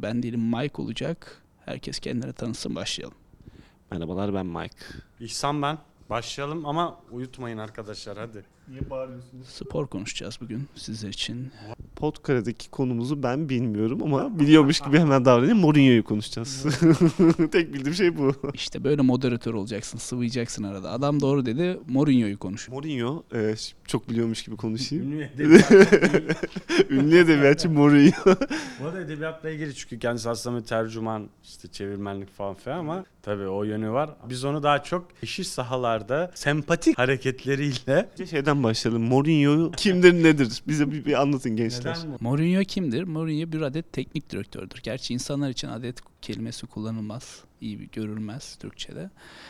Ben değilim, Mike olacak. Herkes kendine tanısın, başlayalım. Merhabalar, ben Mike. İhsan ben. Başlayalım ama uyutmayın arkadaşlar hadi. Niye bağırıyorsunuz? Spor konuşacağız bugün sizler için. Podkare'deki konumuzu ben bilmiyorum ama biliyormuş gibi hemen davranayım. Mourinho'yu konuşacağız. Tek bildiğim şey bu. İşte böyle moderatör olacaksın, sıvayacaksın arada. Adam doğru dedi, Mourinho'yu konuş. Mourinho, çok biliyormuş gibi konuşayım. Ünlü edebiyatla Ünlü edebiyatçı Mourinho. Bu arada edebiyatla ilgili çünkü kendisi aslında bir tercüman, işte çevirmenlik falan filan ama tabii o yönü var. Biz onu daha çok yeşil sahalarda sempatik hareketleriyle Şeyden başlayalım. Mourinho kimdir, nedir? Bize bir anlatın gençler. neden mi? Mourinho kimdir? Mourinho bir adet teknik direktördür. Gerçi insanlar için adet kelimesi kullanılmaz, iyi bir görülmez Türkçe'de.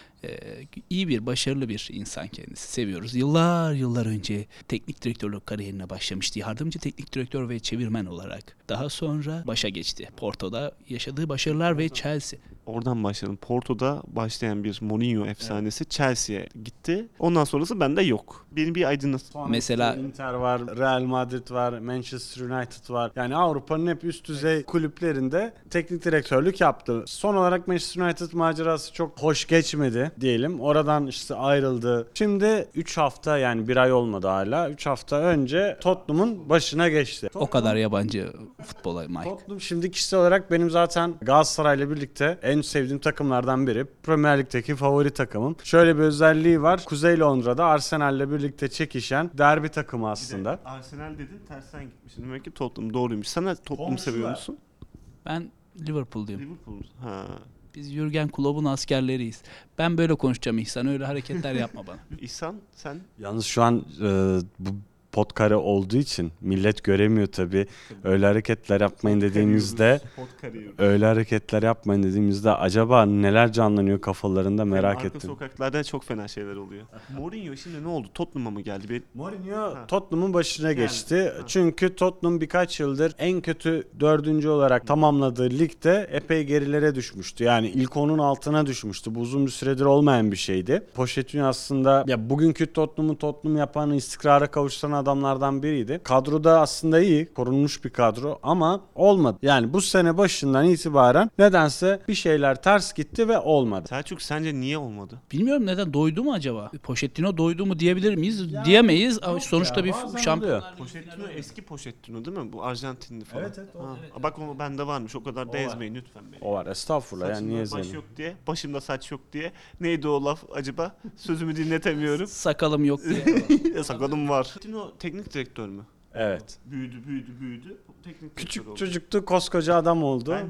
İyi bir, başarılı bir insan kendisi. Seviyoruz. Yıllar önce teknik direktörlük kariyerine başlamıştı. Yardımcı teknik direktör ve çevirmen olarak. Daha sonra başa geçti. Porto'da yaşadığı başarılar ve Chelsea. Oradan başlayalım. Porto'da başlayan bir Mourinho efsanesi Chelsea'ye gitti. Ondan sonrası bende yok. Beni bir aydınlat. Mesela- Inter var, Real Madrid var, Manchester United var. Yani Avrupa'nın hep üst düzey kulüplerinde teknik direktörlük yaptı. Son olarak Manchester United macerası çok hoş geçmedi diyelim. Oradan işte ayrıldı. Şimdi 3 hafta yani bir ay olmadı hala. 3 hafta önce Tottenham'ın başına geçti. O kadar yabancı futbola Mike. Tottenham şimdi kişisel olarak benim zaten Galatasaray'la birlikte en sevdiğim takımlardan biri. Premier Lig'deki favori takımım. Şöyle bir özelliği var. Kuzey Londra'da Arsenal'le birlikte çekişen derbi takımı aslında. Arsenal dedin, tersten gitmişsin. Demek ki Tottenham doğruymuş. Sen de Tottenham Komşular. seviyor musun? Ben Liverpool'luyum. Liverpool. Ha. Biz Jürgen Klopp'un askerleriyiz. Ben böyle konuşacağım İhsan. Öyle hareketler yapma bana. İhsan sen? Yalnız şu an bu potkare olduğu için millet göremiyor tabii. Öyle hareketler yapmayın dediğimizde öyle hareketler yapmayın dediğimizde acaba neler canlanıyor kafalarında merak Arka ettim. sokaklarda çok fena şeyler oluyor. Mourinho şimdi ne oldu? Tottenham'a mı geldi? Mourinho Ha. Tottenham'ın başına geçti. Ha. Çünkü Tottenham birkaç yıldır en kötü 4. olarak tamamladığı ligde epey gerilere düşmüştü. Yani ilk 10'un altına düşmüştü. Bu uzun bir süredir olmayan bir şeydi. Pochettino aslında ya bugünkü Tottenham yapan, istikrara kavuşturan adamlardan biriydi. Kadroda aslında iyi, korunmuş bir kadro ama olmadı. Yani bu sene başından itibaren nedense bir şeyler ters gitti ve olmadı. Selçuk sence niye olmadı? Bilmiyorum neden, doydu mu acaba? Pochettino doydu mu diyebilir miyiz? Diyemeyiz. Ama yok sonuçta ya, bir bazen şampiyonlar oluyor. Ligi Pochettino finali. eski Pochettino değil mi? Bu Arjantinli falan. Evet, o. Ha. Bak o bende varmış. O kadar da var. ezmeyin lütfen beni. O var, estağfurullah yani niye Saçımda baş izleyelim? yok diye, başımda saç yok diye. Neydi o laf acaba? Sözümü dinletemiyorum. Sakalım yok diye. Sakalım var. Pochettino teknik direktör mü? Evet. Büyüdü. Teknik direktör Küçük oldu. çocuktu, koskoca adam oldu. Ben-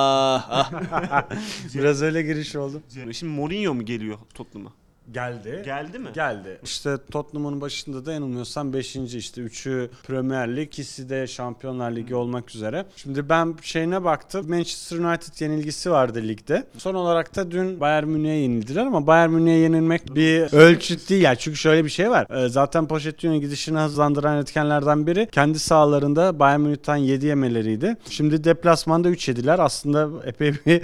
Biraz öyle giriş oldu. Şimdi Mourinho mu geliyor Tottenham'a? Geldi. Geldi mi? Geldi. İşte Tottenham'ın başında da yanılmıyorsam 5. işte 3'ü Premier Lig, ikisi de Şampiyonlar Ligi olmak üzere. Şimdi ben şeyine baktım. Manchester United yenilgisi vardı ligde. Son olarak da dün Bayern Münih'e yenildiler ama Bayern Münih'e yenilmek bir ölçüt değil. Yani çünkü şöyle bir şey var. Zaten Pochettino'nun gidişini hızlandıran etkenlerden biri kendi sahalarında Bayern Münih'ten 7 yemeleriydi. Şimdi deplasmanda 3 yediler. Aslında epey bir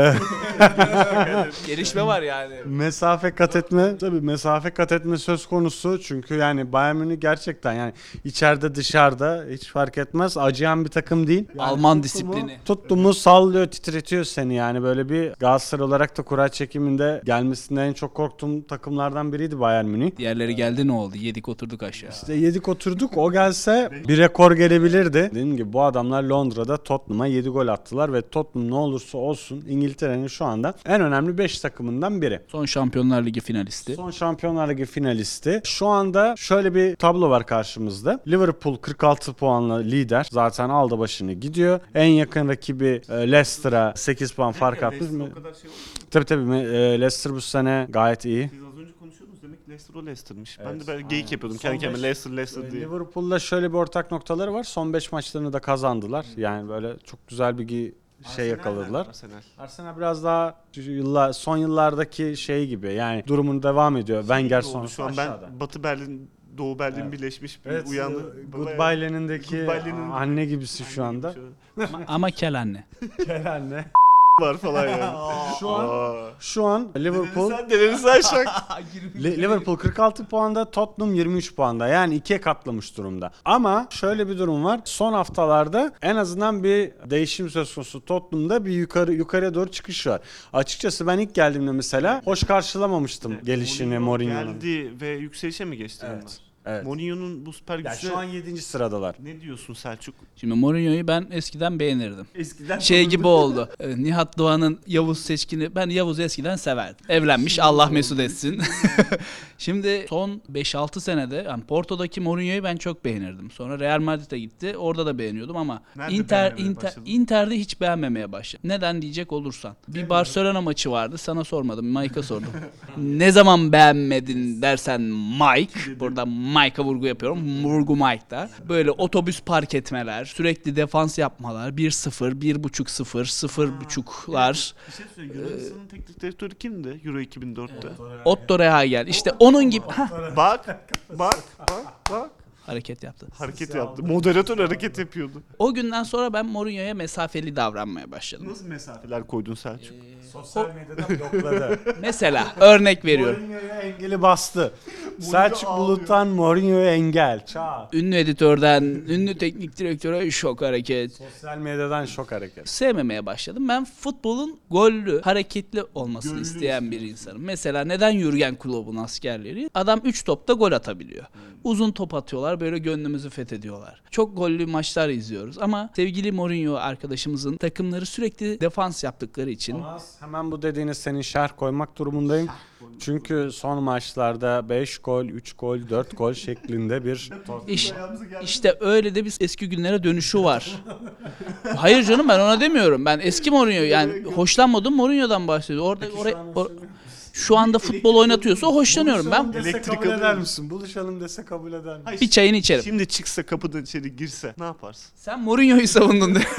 Gelişme var yani. mesafe kat etme söz konusu çünkü yani Bayern Münih gerçekten yani içeride dışarıda hiç fark etmez acıyan bir takım değil. Yani Alman disiplini. Tuttu mu sallıyor, titretiyor seni yani böyle bir Galatasaray olarak da kura çekiminde gelmesinden en çok korktuğum takımlardan biriydi Bayern Münih. Diğerleri geldi, ne oldu? Yedik oturduk aşağı. İşte yedik oturduk, o gelse bir rekor gelebilirdi. Dediğim gibi bu adamlar Londra'da Tottenham'a 7 gol attılar ve Tottenham ne olursa olsun İngiltere'nin şu anda en önemli 5 takımından biri. Son Şampiyonlar Ligi finalisti. Son Şampiyonlar Ligi finalisti. Şu anda şöyle bir tablo var karşımızda. Liverpool 46 puanla lider. Zaten aldı başını gidiyor. En yakın rakibi Leicester'a 8 puan fark atmış mı? O kadar şey oldu mu? Tabii Leicester bu sene gayet iyi. Siz az önce konuşuyordunuz demek Leicester o Leicester'mış. Ben Evet, de böyle aynen. geyik yapıyordum Son kendi kendime beş- Leicester diye. Liverpool'la şöyle bir ortak noktaları var. Son 5 maçlarını da kazandılar. Yani böyle çok güzel bir şey yakaladılar. Arsenal biraz daha son yıllardaki şey gibi yani durumun devam ediyor. Wenger Oldu sonrası şu an aşağıda. ben Batı Berlin, Doğu Berlin Evet. birleşmiş bir Evet, uyandı. Goodbye Lenin'deki Goodbye Lenin. anne gibisi şu anda. Ama kel anne. Anne. var falan yani. Şu an Liverpool Denenirsen şak. Liverpool 46 puanda, Tottenham 23 puanda. Yani ikiye katlamış durumda. Ama şöyle bir durum var. Son haftalarda en azından bir değişim söz konusu. Tottenham'da bir yukarıya doğru çıkış var. Açıkçası ben ilk geldiğimde mesela hoş karşılamamıştım gelişini Mourinho'nun. Geldi ve yükselişe mi geçti bunlar? Evet. Mourinho'nun bu süper Yani gücü... şu an 7. sıradalar. Ne diyorsun Selçuk? Şimdi Mourinho'yu ben eskiden beğenirdim. Eskiden Şey gibi oldu. Nihat Doğan'ın Yavuz Seçkin'i, ben Yavuz'u eskiden severdim. Evlenmiş, Allah mesut etsin. Şimdi son 5-6 senede yani Porto'daki Mourinho'yu ben çok beğenirdim. Sonra Real Madrid'e gitti. Orada da beğeniyordum ama Nerede beğenmemeye başladın? Inter'de hiç beğenmemeye başladım. Neden diyecek olursan. Bir Barcelona maçı vardı. Sana sormadım. Mike'a sordum. Ne zaman beğenmedin dersen Mike. Burada Mike'a vurgu yapıyorum. Vurgu Mike'da. Böyle otobüs park etmeler, sürekli defans yapmalar, 1-0, 1.5-0, 0.5'lar. Bir şey söyleyeyim. Yunanistan'ın teknik direktörü kimdi Euro 2004'te? Otto Rehhagel. İşte onun gibi Bak. hareket yaptı. Hareket yaptı. Moderatör hareket yapıyordu. O günden sonra ben Mourinho'ya mesafeli davranmaya başladım. Nasıl mesafeler koydun Selçuk? Sosyal medyadan blokladı. Mesela örnek veriyorum. Mourinho'ya engeli bastı. Selçuk Bulut'tan Mourinho'ya engel. Çağ. Ünlü editörden ünlü teknik direktöre şok hareket. Sosyal medyadan şok hareket. Sevmemeye başladım. Ben futbolun gollü, hareketli olmasını isteyen bir insanım. Mesela neden Jürgen Klopp'un askerleri? Adam 3 topta gol atabiliyor. Uzun top atıyorlar, böyle gönlümüzü fethediyorlar. Çok gollü maçlar izliyoruz ama sevgili Mourinho arkadaşımızın takımları sürekli defans yaptıkları için Hemen bu dediğiniz senin şerh koymak durumundayım. Çünkü son maçlarda 5 gol, 3 gol, 4 gol şeklinde bir işte öyle de bir eski günlere dönüşü var. Hayır canım, ben ona demiyorum. Ben eski Mourinho, yani hoşlanmadım Mourinho'dan bahsediyorum. Şu anda futbol oynatıyorsa hoşlanıyorum ben. Elektrik kabul eder misin? Buluşalım dese kabul eder misin? Bir çayını içerim. Şimdi çıksa kapıdan içeri girse ne yaparsın? Sen Mourinho'yu savundun de.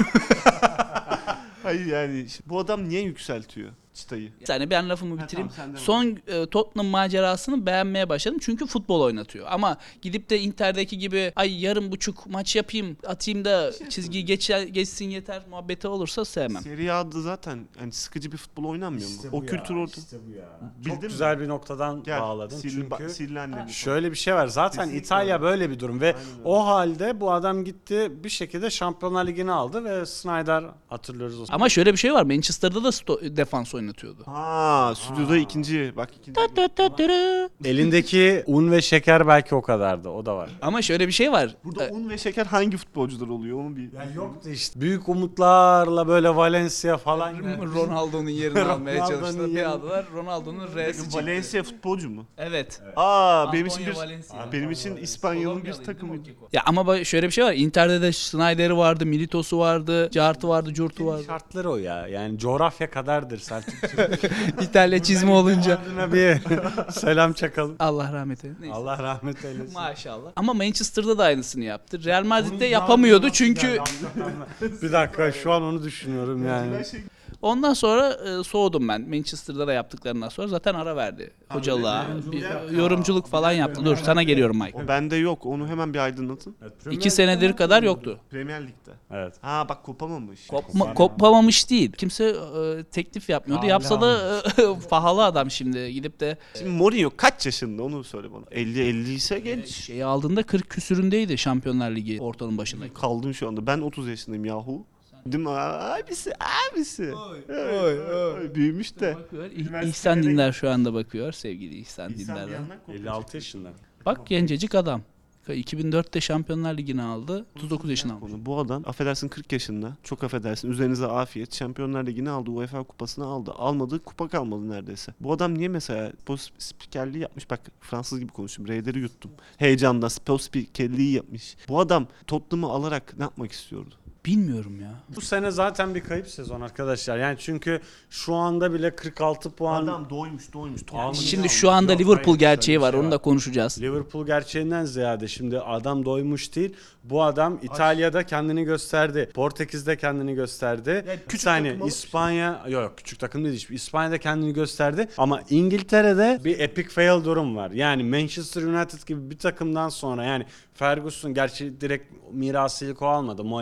Hayır yani bu adam niye yükseltiyor çıtayı? Bir saniye ben lafımı bitireyim. Tamam, Son Tottenham macerasını beğenmeye başladım çünkü futbol oynatıyor. Ama gidip de Inter'deki gibi ay yarım buçuk maç yapayım, atayım da çizgiyi geçsin yeter muhabbeti olursa sevmem. Serie A'da zaten yani sıkıcı bir futbol oynanmıyor mu? O kültür orada. İşte bu ya. Bildin Çok mi? güzel bir noktadan Gel, bağladın. Çünkü Sirlenle bir şöyle bir şey var. Zaten Kesinlikle İtalya öyle. böyle bir durum ve Aynen öyle. o halde bu adam gitti bir şekilde Şampiyonlar Ligi'ni aldı ve Snyder hatırlıyoruz o. Ama şöyle bir şey var. Manchester'da da defans oynatıyordu. Stüdyoda ikinci. Bak ikinci. Elindeki un ve şeker belki o kadardı. O da var. Ama şöyle bir şey var. Burada un ve şeker hangi futbolcular oluyor onu bir. Ya yoktu işte. Büyük umutlarla böyle Valencia falan. Ronaldo'nun yerini almaya Ronaldo'nun çalıştılar. Bir yerini- aldılar. Ronaldo'nun R'si çıktı. Valencia futbolcu mu? Evet. Benim için Antonio bir Valencia. benim için İspanya'nın bir Kolombiyalıydı takımıydı. değil mi o Keko? Ya ama şöyle bir şey var. Inter'de de Snyder'i vardı, Milito'su vardı, Cart'ı vardı, Curt'u vardı. Şartları o ya. Yani coğrafya kadardır Selçuk'cum. İtalya çizme olunca. Ardına bir selam çakalım. Allah rahmet eylesin. Neyse. Allah rahmet eylesin. Maşallah. Ama Manchester'da da aynısını yaptı. Real Madrid'de yapamıyordu çünkü Bir dakika şu an onu düşünüyorum yani. ondan sonra soğudum ben. Manchester'da da yaptıklarından sonra zaten ara verdi. Hocalığa, yorumculuk falan yaptı. Dur sana geliyorum Mike. O bende yok. Onu hemen bir aydınlatın. 2 senedir kadar yoktu. Premier Lig'de. Evet. Bak kopamamış. Kopamamış değil. Kimse teklif yapmıyordu. Hala Yapsa da pahalı adam şimdi. Gidip de Şimdi Mourinho kaç yaşında onu söyle bana. 50 ise genç. şeyi aldığında 40 küsüründeydi Şampiyonlar Ligi ortanın başında. Kaldım şu anda. Ben 30 yaşındayım yahu. Değil mi? Abisi. Büyümüş de. İhsan Dindar şu anda bakıyor. Sevgili İhsan Dindar'dan. 56 yaşında. Bak gencecik adam. 2004'te Şampiyonlar Ligi'ni aldı. 39 yaşına almış. Bu adam affedersin 40 yaşında. Çok affedersin. Üzerinize afiyet. Şampiyonlar Ligi'ni aldı. UEFA kupasını aldı. Almadığı kupa kalmadı neredeyse. Bu adam niye mesela spor spikerliği yapmış? Bak Fransız gibi konuştum. R'leri yuttum. Heyecandan spor spikerliği yapmış. Bu adam Tottenham'ı alarak ne yapmak istiyordu? Bilmiyorum ya. Bu sene zaten bir kayıp sezon arkadaşlar. Yani çünkü şu anda bile 46 puan. Adam doymuş. Şimdi şu anda Liverpool gerçeği var. Onu da konuşacağız. Liverpool gerçeğinden ziyade şimdi adam doymuş değil. Bu adam İtalya'da kendini gösterdi. Portekiz'de kendini gösterdi. Yani Bir küçük saniye takım alıp- İspanya yok küçük takım değil. İspanya'da kendini gösterdi ama İngiltere'de bir epic fail durum var. Yani Manchester United gibi bir takımdan sonra yani Ferguson gerçi direkt mirasıyla o almadı. Moyes falan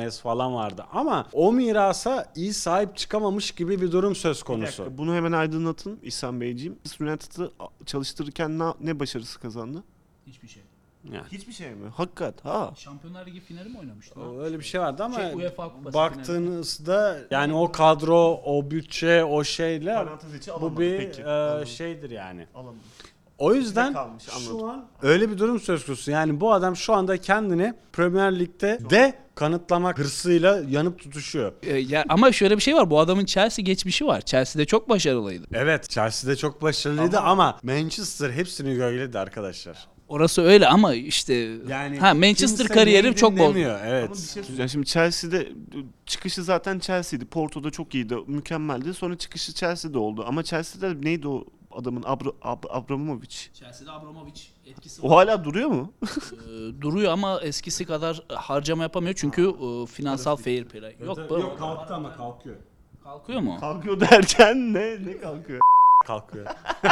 falan vardı. Ama o mirasa iyi sahip çıkamamış gibi bir durum söz Bir konusu. dakika, bunu hemen aydınlatın İhsan Beyciğim. United'ı çalıştırırken ne başarısı kazandı? Hiçbir şey. Yani. Hiçbir şey mi? Hakikat. Ha. Şampiyonlar Ligi finali mi oynamıştı? Öyle bir şey vardı ama UEFA Kupası baktığınızda yani o kadro, o bütçe, o şeyle Parantez içi bu alamadı bir peki. Anladım. şeydir yani. Alamadı. O yüzden kalmış, anladım. şu an öyle bir durum söz konusu. Yani bu adam şu anda kendini Premier Lig'de de kanıtlamak hırsıyla yanıp tutuşuyor. Ama şöyle bir şey var. Bu adamın Chelsea geçmişi var. Chelsea'de çok başarılıydı. Evet, Chelsea'de çok başarılıydı ama Manchester hepsini göğledi arkadaşlar. Orası öyle ama işte Yani Manchester kimse kariyerim neydi çok bol. demiyor. Evet. Ama bir şey söyleyeceğim. Şimdi Chelsea'de çıkışı zaten Chelsea'ydi. Porto'da çok iyiydi. Mükemmeldi. Sonra çıkışı Chelsea'de oldu. Ama Chelsea'de neydi o adamın? Abramovich. Chelsea'de Abramovich etkisi O hala duruyor mu? duruyor ama eskisi kadar harcama yapamıyor çünkü finansal fair play. Yok, kalktı ama kalkıyor. kalkıyor mu? Kalkıyor derken ne kalkıyor? Kalkıyor.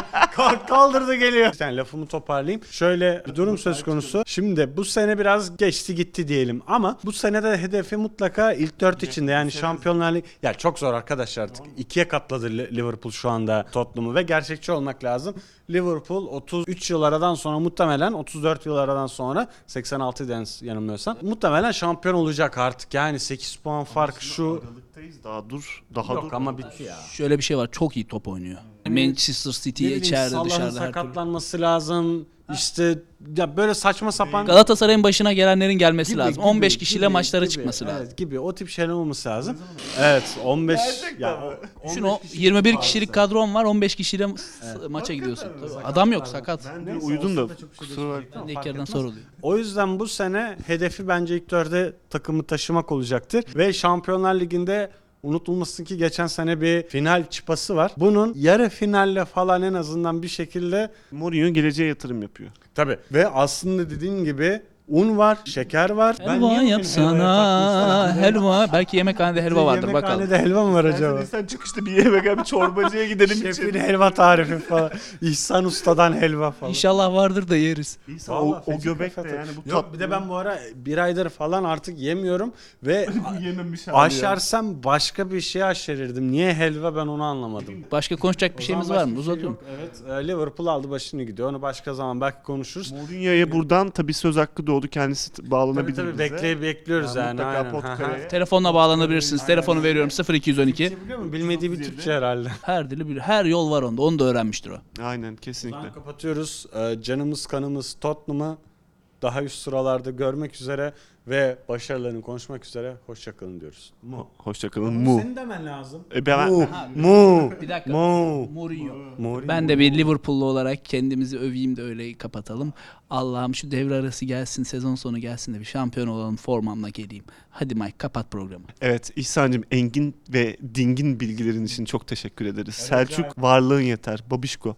Kaldırdı geliyor. Yani lafımı toparlayayım. Şöyle bir durum söz konusu. Şimdi bu sene biraz geçti gitti diyelim ama bu sene de hedefi mutlaka ilk 4 içinde yani Şampiyonlar Ligi. Ya çok zor arkadaşlar artık. İkiye katladı Liverpool şu anda Tottenham'ı ve gerçekçi olmak lazım. Liverpool 33 yıl aradan sonra muhtemelen 34 yıl aradan sonra 86'den yanılmıyorsam muhtemelen şampiyon olacak artık. Yani 8 puan fark şu. Aralıktayız daha dur. Daha Yok dur. ama bitti ya. Şöyle bir şey var. Çok iyi top oynuyor. Manchester City'ye içeride Salah'ın dışarıda her türlü. sakatlanması lazım. İşte ya böyle saçma sapan Galatasaray'ın başına gelenlerin gelmesi gibi, lazım. gibi, 15 kişiyle gibi, maçlara gibi. çıkması lazım. Evet gibi o tip şeyler olması lazım. Evet 15 Gerçekten ya mi? 15 o 21 kişilik kadron var. 15 kişiyle maça gidiyorsun. Tabii. Adam yok sakat. Ben de Neyse, uyudum da. olsa da çok şey Kusura bakma. değişmeyecek. Ben de ilk Fark yerden etmez. soruluyor. O yüzden bu sene hedefi bence ilk dörde takımı taşımak olacaktır. Ve Şampiyonlar Ligi'nde unutulmasın ki geçen sene bir final çıpası var. Bunun yarı finalle falan en azından bir şekilde Mourinho geleceğe yatırım yapıyor. tabii. Ve aslında dediğin gibi un var, şeker var. Helva niye bugün yapsana. helvaya takmışlar? Helva. Belki yemekhanede helva vardır bakalım. Yemekhanede helva mı var acaba? Sen çıkışta bir yemek bir çorbacıya gidelim Şefin için. helva tarifi falan. İhsan Usta'dan helva falan. İnşallah vardır da yeriz. İsa, Vallahi o feci göbek de kafa yani bu Yok bir de ben bu ara bir aydır falan artık yemiyorum ve yememiş hali aşersem başka bir şey aşerirdim. Niye helva ben onu anlamadım. Başka konuşacak bir şeyimiz var mı? Uzatıyorum. Evet Liverpool aldı başını gidiyor. Onu başka zaman belki konuşuruz. Mourinho'ya buradan tabii söz hakkı doğdu. Kendisi bağlanabilir Tabii bize. bekliyoruz Ya yani. mutlaka Aynen. podcast'e. Telefonla bağlanabilirsiniz. Telefonu veriyorum 0212. Türkçe biliyor musun? Bilmediği bir Türkçe herhalde. Her dili bir her yol var onda. Onu da öğrenmiştir o. Aynen kesinlikle. Buradan kapatıyoruz. Canımız kanımız Tottenham'ı daha üst sıralarda görmek üzere ve başarılarını konuşmak üzere. Hoşçakalın diyoruz. Hoşçakalın. Mu. Senin demen lazım. Ben, Mu. Bir dakika. Mu. Mourinho. Ben de bir Liverpool'lu olarak kendimizi öveyim de öyle kapatalım. Allah'ım şu devre arası gelsin, sezon sonu gelsin de bir şampiyon olalım, formamla geleyim. Hadi Mike kapat programı. evet İhsan'cığım engin ve dingin bilgilerin için çok teşekkür ederiz. Selçuk varlığın yeter. Babişko.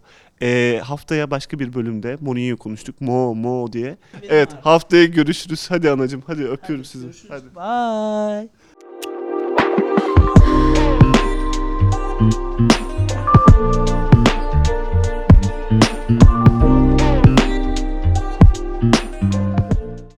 Haftaya başka bir bölümde Mourinho konuştuk. Mo diye. Evet haftaya görüşürüz. Hadi anacığım hadi öpüyorum sizi. Hadi. Bye.